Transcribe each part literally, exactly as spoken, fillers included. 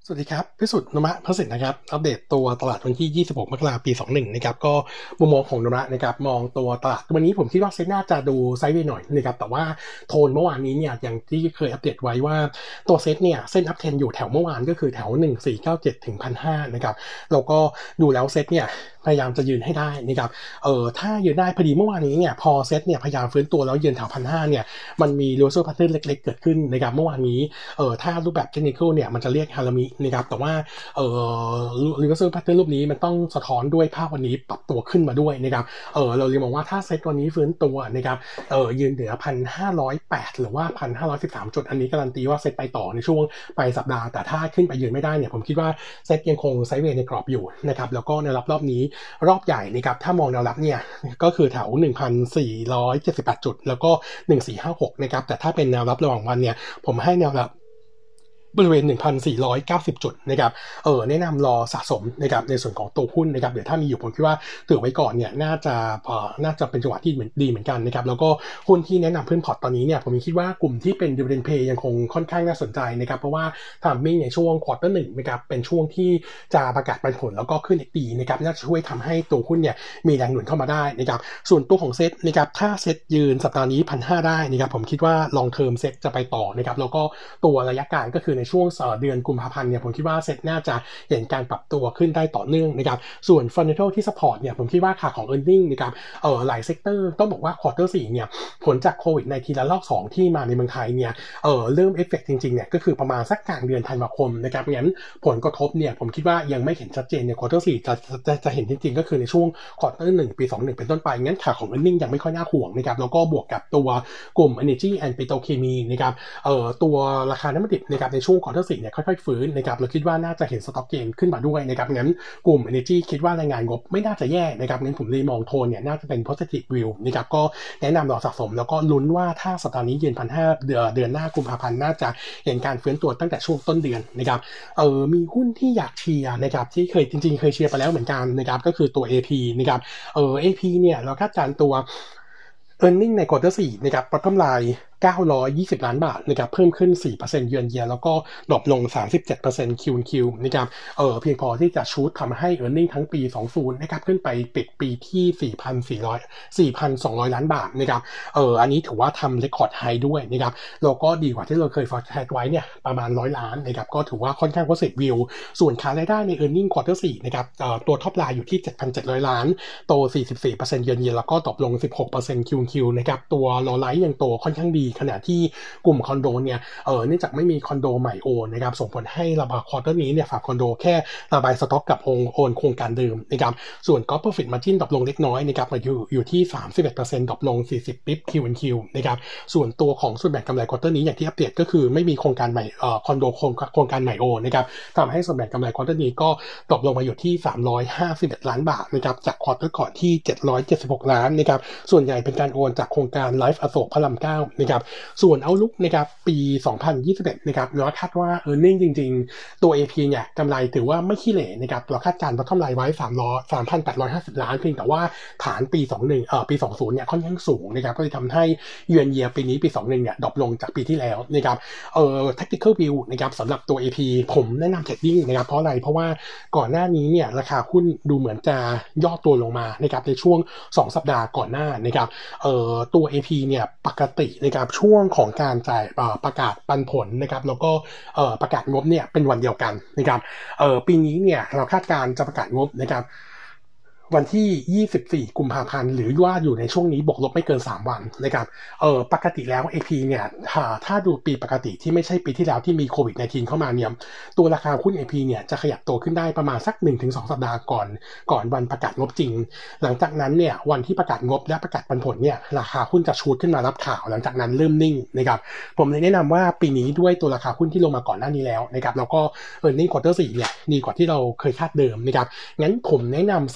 สวัสดีครับพิสุทธิ์นมะพระสินนะครับอัปเดตตัวตลาดวันที่ยี่สิบหกมกราคมปีสองสิบเอ็ดนะครับก็มุมมองของนมะนะครับมองตัวตลาดวันนี้ผมคิดว่าเซ็ตน่าจะดูไซด์เวย์หน่อยนะครับแต่ว่าโทนเมื่อวานนี้เนี่ยอย่างที่เคยอัปเดตไว้ว่าตัวเซ็ตเนี่ยเส้นอัพเทรนอยู่แถวเมื่อวานก็คือแถวหนึ่งพันสี่ร้อยเก้าสิบเจ็ดถึง หนึ่งพันห้าร้อย นะครับแล้วก็ดูแล้วเซ็ตเนี่ยพยายามจะยืนให้ได้นะครับเอ่อถ้ายืนได้พอดีเมื่อวานนี้เนี่ยพอเซ็ตเนี่ยพยายามฟื้นตัวแล้วยืนแถว หนึ่งพันห้าร้อย เนี่ยมันมี reversal pattern เล็กๆเกิดขึ้นนะครับเมื่อวานนี้เอ่อถ้ารูปแบบ technical เนี่ยมันจะเรียกฮารามินะครับแต่ว่าเอ่อ reversal pattern รูปนี้มันต้องสะท้อนด้วยภาพวันนี้ปรับตัวขึ้นมาด้วยนะครับเออเราเลยมองว่าถ้าเซ็ตวันนี้ฟื้นตัวนะครับเออยืนเหนือ หนึ่งพันห้าร้อยแปด หรือว่า หนึ่งพันห้าร้อยสิบสาม จุดอันนี้การันตีว่าเซ็ตไปต่อในช่วงปลายสัปดาห์แต่ถ้าขึ้นไปยืนไม่ได้เนี่ยผมคิดว่าเซ็ตยังคงไซด์เวย์ในกรอบอยู่นะครับแล้วก็แนวรับรอบนี้รอบใหญ่นะครับถ้ามองแนวรับเนี่ยก็คือแถว หนึ่งพันสี่ร้อยเจ็ดสิบแปด จุดแล้วก็หนึ่งพันสี่ร้อยห้าสิบหกนะครับแต่ถ้าเป็นแนวรับระหว่างวันเนี่ยผมให้แนวรับบริเวณ หนึ่งพันสี่ร้อยเก้าสิบ จุดนะครับเออแนะนำรอสะสมนะครับในส่วนของตัวหุ้นนะครับเดี๋ยวถ้ามีอยู่ผมคิดว่าถือไว้ก่อนเนี่ยน่าจะเอ่อน่าจะเป็นจังหวะที่เหมือนดีเหมือนกันนะครับแล้วก็หุ้นที่แนะนำเพื่อนพอร์ตตอนนี้เนี่ยผมคิดว่ากลุ่มที่เป็น dividend pay ยังคงค่อนข้างน่าสนใจนะครับเพราะว่าทามมิ่งในช่วงควอเตอร์หนึ่งนะครับเป็นช่วงที่จะประกาศปันผลแล้วก็ขึ้น เอ็กซ์ ดี นะครับน่าจะช่วยทำให้ตัวหุ้นเนี่ยมีแรงหนุนเข้ามาได้นะครับส่วนตัวของเซ็ตนะครับถ้าเซ็ตยืนสัปดาห์นี้ หนึ่งพันห้าร้อย ได้นะครับผมคิดว่า long term เซ็ตจะไปต่อนะครับแล้วก็ตัวระยะกลางก็คือในช่วงเดือนกุมภาพันธ์เนี่ยผมคิดว่าเซ็ตน่าจะเห็นการปรับตัวขึ้นได้ต่อเนื่องนะครับส่วน fundamental ที่ support เนี่ยผมคิดว่าขาของ earning นะครับเอ่อหลายเซกเตอร์ต้องบอกว่า quarter สี่เนี่ยผลจากโควิดในทีละรอบสองที่มาในเมืองไทยเนี่ยเอ่อเริ่มเอฟเฟกต์จริงๆเนี่ยก็คือประมาณสักกลางเดือนธันวาคมนะครับงั้นผลกระทบเนี่ยผมคิดว่ายังไม่เห็นชัดเจนใน quarter สี่จะจะจะเห็นจริงๆก็คือในช่วง quarter หนึ่งปีสองสิบเอ็ดเป็นต้นไปงั้นขาของ earning ยังไม่ค่อยน่าห่วงนะครับแล้วก็บวกกับตัวกลุ่ม energy and petrochemy นะครับเอ่อตัวราคาน้ำมันดิบนะครับในช่วง quarter สี่เนี่ยค่อยๆฟื้นนะครับเราคิดว่าน่าจะเห็นสต็อกเกนขึ้นมาด้วยนะครับงั้นกลุ่ม Energy คิดว่ารายงานงบไม่น่าจะแย่นะครับงั้นผมเลยมองโทนเนี่ยน่าจะเป็น positive view นะครับก็แนะนำรอสะสมแล้วก็ลุ้นว่าถ้าสัปดาห์นี้ยืน หนึ่งพันห้าร้อย เดือนเดือนหน้ากุมภาพันธ์น่าจะเห็นการฟื้นตัวตั้งแต่ช่วงต้นเดือนนะครับเออมีหุ้นที่อยากเชียร์นะครับที่เคยจริงๆเคยเชียร์ไปแล้วเหมือนกันนะครับก็คือตัว เอ พี นะครับเออ เอ พี เนี่ยเราคาดการณ์ตัว earning ใน quarter สี่นะครับ bottom lineเก้าร้อยยี่สิบล้านบาทนะครับเพิ่มขึ้น สี่เปอร์เซ็นต์ เยือนเยียแล้วก็ดรอปลง สามสิบเจ็ดเปอร์เซ็นต์ คิว ออน คิว นะครับเออเพียงพอที่จะชูตทำให้ earning ทั้งปียี่สิบนะครับขึ้นไปปิดปีที่ สี่พันสี่ร้อย สี่พันสองร้อย ล้านบาทนะครับเอออันนี้ถือว่าทำ record high ด้วยนะครับแล้วก็ดีกว่าที่เราเคย forecast ไว้เนี่ยประมาณหนึ่งร้อยล้านนะครับก็ถือว่าค่อนข้าง positive view ส่วนค่ารายได้ใน earning quarter สี่นะครับเอ่อตัว top line อยู่ที่ เจ็ดพันเจ็ดร้อย ล้านโต สี่สิบสี่เปอร์เซ็นต์ เยือนเยียแล้วก็ดรอปลง สิบหกเปอร์เซ็นต์ คิว ออน คิว นะครับตัว low line ยังโตค่อนข้างดีขณะที่กลุ่มคอนโดเนี่ยเออเนื่องจากไม่มีคอนโดใหม่โอนนะครับส่งผลให้ระบายควอเตอร์นี้เนี่ยฝากคอนโดแค่ระบายสต็อกกับโอนโอนโครงการเดิมนะครับส่วน Gross Profit Margin ดรอปลงเล็กน้อยนะครับมาอยู่อยู่ที่ สามสิบเอ็ดเปอร์เซ็นต์ ดรอปลงสี่สิบปิ๊บ คิว ออน คิว นะครับส่วนตัวของส่วนแบ่งกำไรควอเตอร์นี้อย่างที่อัปเดตก็คือไม่มีโครงการใหม่เอ่อคอนโดโครงโครงการใหม่โอนนะครับทำให้ส่วนแบ่งกำไรควอเตอร์นี้ก็ดรอปลงมาอยู่ที่สามร้อยห้าสิบเอ็ดล้านบาทนะครับจากควอเตอร์ก่อนที่เจ็ดร้อยเจ็ดสิบหกล้านนะครับส่วนใหญ่เป็นการโอนจากโครงการ Life อโศกพระรามเก้านะครับส่วน Outlook นะครับปีสองพันยี่สิบเอ็ดนะครับเราคาดว่า earning จริงๆตัว เอ พี เนี่ยกำไรถือว่าไม่ขี้เหร่นะครับเราคาดการณ์ bottom line ไว้สามร้อย สามพันแปดร้อยห้าสิบ ล้านเพียงแต่ว่าฐานปีสองสิบเอ็ดเอ่อปีสองสิบเนี่ยค่อนข้างสูงนะครับก็เลยทำให้เยือนเยียปีนี้ปีสองสิบเอ็ดเนี่ยดรอปลงจากปีที่แล้วนะครับเอ่อ tactical view นะครับสำหรับตัว เอ พี ผมแนะนำ trading นะครับเพราะอะไรเพราะว่าก่อนหน้านี้เนี่ยราคาหุ้นดูเหมือนจะย่อตัวลงมานะครับในช่วงสองสัปดาห์ก่อนหน้านะครับเอ่อตัว เอ พี เนี่ยปกตินะครับช่วงของการจ่ายประกาศปันผลนะครับแล้วก็เอ่อประกาศงบเนี่ยเป็นวันเดียวกันนะครับเอ่อปีนี้เนี่ยเราคาดการณ์จะประกาศงบนะครับวันที่ยี่สิบสี่กุมภาพันธ์หรือว่าอยู่ในช่วงนี้บวกลบไม่เกินสามวันนะครับเอ่อปกติแล้ว เอ พี เนี่ยถ้าถ้าดูปีปกติที่ไม่ใช่ปีที่แล้วที่มีโควิดสิบเก้า เข้ามาเนี่ยตัวราคาหุ้น เอ พี เนี่ยจะขยับตัวขึ้นได้ประมาณสัก หนึ่งถึงสอง สัปดาห์ก่อนก่อนวันประกาศงบจริงหลังจากนั้นเนี่ยวันที่ประกาศงบและประกาศปันผลเนี่ยราคาหุ้นจะชูดขึ้นมารับข่าวหลังจากนั้นเริ่มนิ่งนะครับผมเลยแนะนำว่าปีนี้ด้วยตัวราคาหุ้นที่ลงมาก่อนหน้านี้แล้วนะครับแล้วก็ earning quarter สี่เนี่ยดีกว่าที่เราเคยคาดเดิมนะครับงั้นผมแนะนำสะสม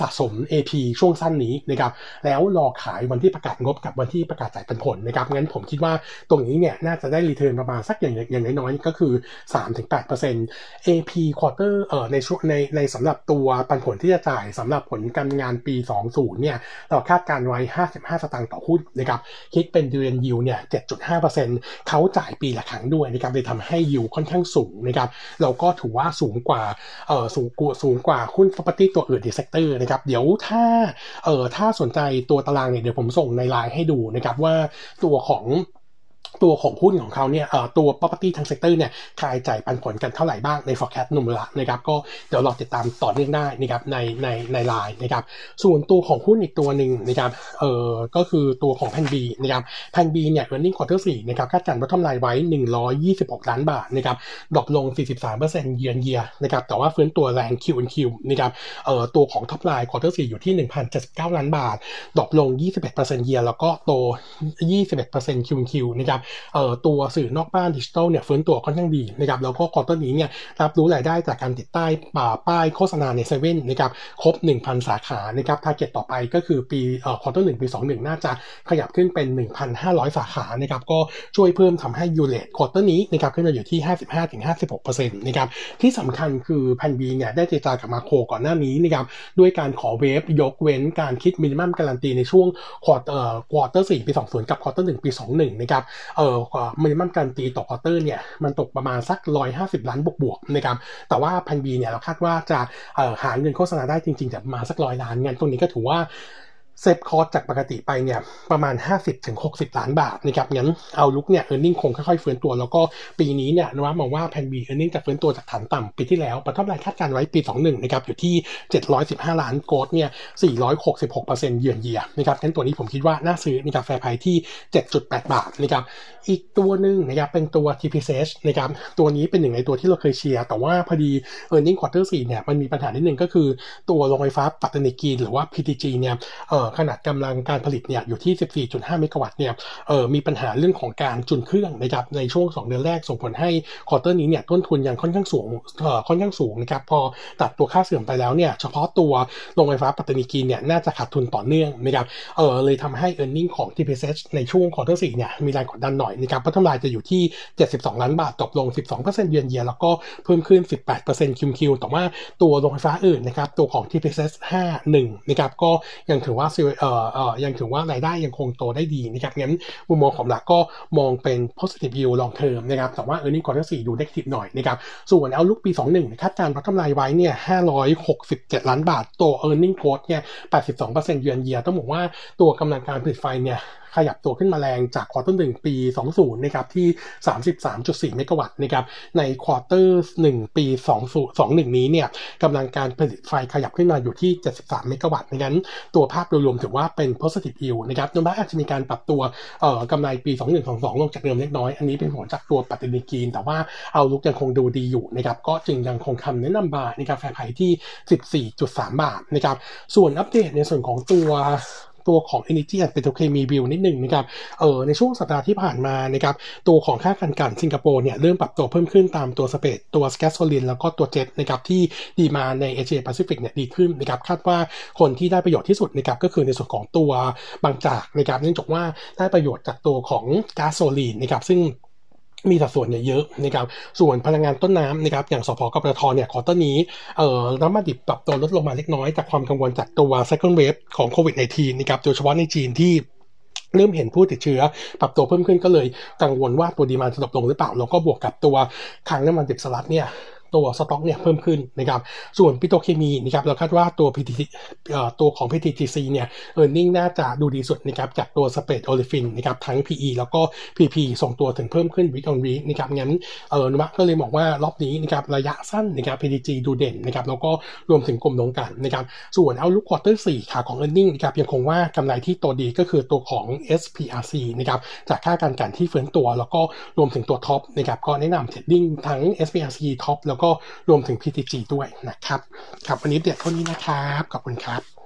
เอ พี ช่วงสั้นนี้นะครับแล้วรอขายวันที่ประกาศงบกับวันที่ประกาศจ่ายปันผลนะครับงั้นผมคิดว่าตรงนี้เนี่ยน่าจะได้รีเทิร์นประมาณสักอย่างอย่างน้อยๆก็คือ สามถึงแปดเปอร์เซ็นต์ เอ พี quarter เอ่อในช่วงในในสำหรับตัวปันผลที่จะจ่ายสำหรับผลการงานปีสองสิบเนี่ยเราคาดการไว้ห้าสิบห้าสตางค์ต่อหุ้นนะครับคิดเป็น dividend yield เนี่ย เจ็ดจุดห้าเปอร์เซ็นต์ เขาจ่ายปีละครั้งด้วยนะครับเลยทำให้ yield ค่อนข้างสูงนะครับเราก็ถือว่าสูงกว่าเอ่อสูงกว่าสูงกว่าหุ้น property ตัวอื่นในเซกเตอร์นะครับเดี๋ยวถ้าเอ่อถ้าสนใจตัวตารางเนี่ยเดี๋ยวผมส่งในไลน์ให้ดูนะครับว่าตัวของตัวของหุ้นของเขาเนี่ยเอ่อตัว property ทั้งเซกเตอร์เนี่ยรายจ่ายปันผลกันเท่าไหร่บ้างใน forecast นุ่มละนะครับก็เดี๋ยวรอติดตามต่อเนื่องได้นะครับในในในไลน์นะครับส่วนตัวของหุ้นอีกตัวหนึ่งนะครับเอ่อก็คือตัวของ Pan B นะครับ Pan B เนี่ย earning quarter สี่นะครับคาดการณ์ bottom line ไว้หนึ่งร้อยยี่สิบหกล้านบาทนะครับดรอปลง สี่สิบสามเปอร์เซ็นต์ year on year นะครับแต่ว่าฟื้นตัวแรง Q on Q นะครับเอ่อตัวของ top line quarter สี่อยู่ที่ หนึ่งพันเจ็ดสิบเก้าล้านบาทดรอปลง ยี่สิบเอ็ดเปอร์เซ็นต์ year แล้วก็โต ยี่สิบเอ็ดเปอร์เซ็นต์ Q on Q นะครับเอ่อตัวสื่อนอกบ้านดิจิทัลเนี่ยฟื้นตัวค่อนข้างดีนะครับแล้วก็ควอเตอร์นี้เนี่ยรับรู้รายได้จากการติดตั้งป้ายโฆษณาในเซเว่นนะครับครบ หนึ่งพัน สาขานะครับทาร์เก็ตต่อไปก็คือปีเอ่อควอเตอร์หนึ่งปีสองสิบเอ็ดน่าจะขยับขึ้นเป็น หนึ่งพันห้าร้อย สาขานะครับก็ช่วยเพิ่มทำให้ยูเลตควอเตอร์นี้นะครับขึ้นมาอยู่ที่ ห้าสิบห้าถึงห้าสิบหกเปอร์เซ็นต์ นะครับที่สำคัญคือแพนบีเนี่ยได้เจรจากับมาโครก่อนหน้านี้นะครับด้วยการขอเวฟยกเว้นการคิดมินิมัมการันตีในช่วงควอเตอร์ควอเตอร์สี่ปีสองสิบกับควอเตอร์หนึ่งปีสองสิบเอ็ดนะครับเอ่อมินิมัมการันตีต่อควอเตอร์เนี่ยมันตกประมาณสักหนึ่งร้อยห้าสิบล้านบวกๆนะครับแต่ว่าพันบีเนี่ยเราคาดว่าจะเอ่อหาเงินโฆษณาได้จริงๆแต่ประมาณสักร้อยล้านเงินตรงนี้ก็ถือว่าเซฟคอร์สจากปกติไปเนี่ยประมาณ ห้าสิบถึงหกสิบ ล้านบาทนะครับงั้นเอาลุกเนี่ย earning คงค่อยๆฟื้นตัวแล้วก็ปีนี้เนี่ยนว่ามองว่าแพนบี earning จะฟื้นตัวจากฐานต่ำปีที่แล้วปัจจุบันคาดการไว้ปีสองสิบเอ็ดนะครับอยู่ที่เจ็ดร้อยสิบห้าล้านโกดเนี่ย สี่ร้อยหกสิบหกเปอร์เซ็นต์ เยือนเยียนะครับงั้นตัวนี้ผมคิดว่าน่าซื้อนะครับแฟร์ไพรซ์ที่ เจ็ดจุดแปด บาทนะครับอีกตัวนึงนะครับเป็นตัว ที พี ซี เอช นะครับตัวนี้เป็นหนึ่งในตัวที่เราเคยเชียร์แต่ว่าพอดี earning quarter สี่เนี่ยมันมีปัญหานิดนึงก็คือตัวโรงไฟฟ้าปัตตานีกรีนหรือว่า พี ที จี เนี่ยเอ่อขนาดกำลังการผลิตเนี่ยอยู่ที่ สิบสี่จุดห้า เมกะวัตต์เนี่ยเอ่อมีปัญหาเรื่องของการจุนเครื่องนะครับในช่วงสองเดือนแรกส่งผลให้ควอเตอร์นี้เนี่ยต้นทุนยังค่อนข้างสูงเอ่อค่อนข้างสูงนะครับพอตัดตัวค่าเสื่อมไปแล้วเนี่ยเฉพาะตัวโรงไฟฟ้าปัตตานีกรีนเนี่ยน่าจะขาดทุนต่อเนื่องนะครับเอ่อเลยทำให้ earning ของ ที พี ซี เอช ในช่วงควอเตอร์สี่เนี่ยมีแรงกดดันหน่อยนะครับเพราะทำลายจะอยู่ที่เจ็ดสิบสองล้านบาทตกลง สิบสองเปอร์เซ็นต์ เยือนเยียแล้วก็เพิ่มขึ้น สิบแปดเปอร์เซ็นต์ คิว คิว แต่ว่าตัวโรงไฟฟ้าอื่นนะครับตัวของ ที พี ซี เอช ห้าสิบเอ็ดนะครับก็ยังถือว่าเอ่อเอ่อยังถือว่ารายได้ยังคงโตได้ดีนะครับงั้นมุมมองของหลักก็มองเป็น positive view long term นะครับแต่ว่า earning quarter สี่ดู negative หน่อยนะครับส่วน outlook ปีสองสิบเอ็ดคาดการณ์ bottom line ไว้เนี่ยห้าร้อยหกสิบเจ็ดล้านบาทตัว earning growth เนี่ย แปดสิบสองเปอร์เซ็นต์ เยือนเยียต้องบอกว่าตัวกำลังการผลิตไฟเนี่ยขยับตัวขึ้นมาแรงจากควอเตอร์หนึ่งปีสองสิบนะครับที่ สามสิบสามจุดสี่ เมกะวัตต์นะครับในควอเตอร์หนึ่งปีสองสิบ สองสิบเอ็ดนี้เนี่ยกำลังการผลิตไฟขยับขึ้นมาอยู่ที่เจ็ดสิบสามเมกะวัตต์งั้นตัวภาพโดยรวมถือว่าเป็น positive view นะครับโดยมากอาจจะมีการปรับตัวเอ่อกำไรปีสองพันสิบเอ็ด สองพันยี่สิบสองลงจากเดิมเล็กน้อยอันนี้เป็นผลจากตัวปัตตานีกรีนแต่ว่าเอาลุกยังคงดูดีอยู่นะครับก็จึงยังคงคำแนะนำบาร์ในกาแฟไผ่ที่ สิบสี่จุดสาม บาทนะครับส่วนอัปเดตในส่วนของตัวตัวของ Energy and Petrochemical Bill นิดหนึ่งนะครับเออในช่วงสัปดาห์ที่ผ่านมานะครับตัวของค่าการกันสิงคโปร์เนี่ยเริ่มปรับตัวเพิ่มขึ้นตามตัวสเปดตัวแก๊สโซลินแล้วก็ตัวเจ็ตนะครับที่ดีมาในเอเชียแปซิฟิกเนี่ยดีขึ้นนะครับคาดว่าคนที่ได้ประโยชน์ที่สุดนะครับก็คือในส่วนของตัวบางจากนะครับเนื่องจากว่าได้ประโยชน์จากตัวของก๊าซโซลินนะครับซึ่งมีสัดส่วนเนี่ยเยอะนะครับส่วนพลังงานต้นน้ำนะครับอย่างสผกปตทเนี่ยควอเตอร์นี้เอ่อน้ำมันดิบปรับตัวลดลงมาเล็กน้อยจากความกังวลจากตัว second wave ของโควิด สิบเก้า นะครับโดยเฉพาะในจีนที่เริ่มเห็นผู้ติดเชื้อปรับตัวเพิ่มขึ้นก็เลยกังวลว่าตัวดีมานด์จะลดลงหรือเปล่าแล้วก็บวกกับตัวคลังน้ำมันดิบสหรัฐเนี่ยตัวสต็อกเนี่ยเพิ่มขึ้นนะครับส่วนปิโตรเคมีนะครับเราคาดว่าตัว พี ที เอ่อตัวของ พี ที จี ซี เนี่ย earning น่าจะดูดีสุดนะครับจากตัวสเปรดโอลิฟินนะครับทั้ง พี อี แล้วก็ พี พี ส่งตัวถึงเพิ่มขึ้น week on week นะครับงั้นเออนุมะก็เลยมองว่ารอบนี้นะครับระยะสั้นนะครับ พี ที จี ดูเด่นนะครับแล้วก็รวมถึงกลุ่มลงกันนะครับส่วนเอาลุกควอเตอร์สี่ขาของ earning นะครับยังคงว่ากำไรที่โตดีก็คือตัวของ เอส พี อาร์ ซี นะครับจากค่าการกันที่ฟื้นตัวแล้วก็รวมถึงตัวท็อปนะครับก็แนะนำเทรดดิ้งทั้ง เอส พี อาร์ ซี ท็อปแล้วก็รวมถึง พี ที จี ด้วยนะครับครับวันนี้เดี๋ยวเท่านี้นะครับขอบคุณครับ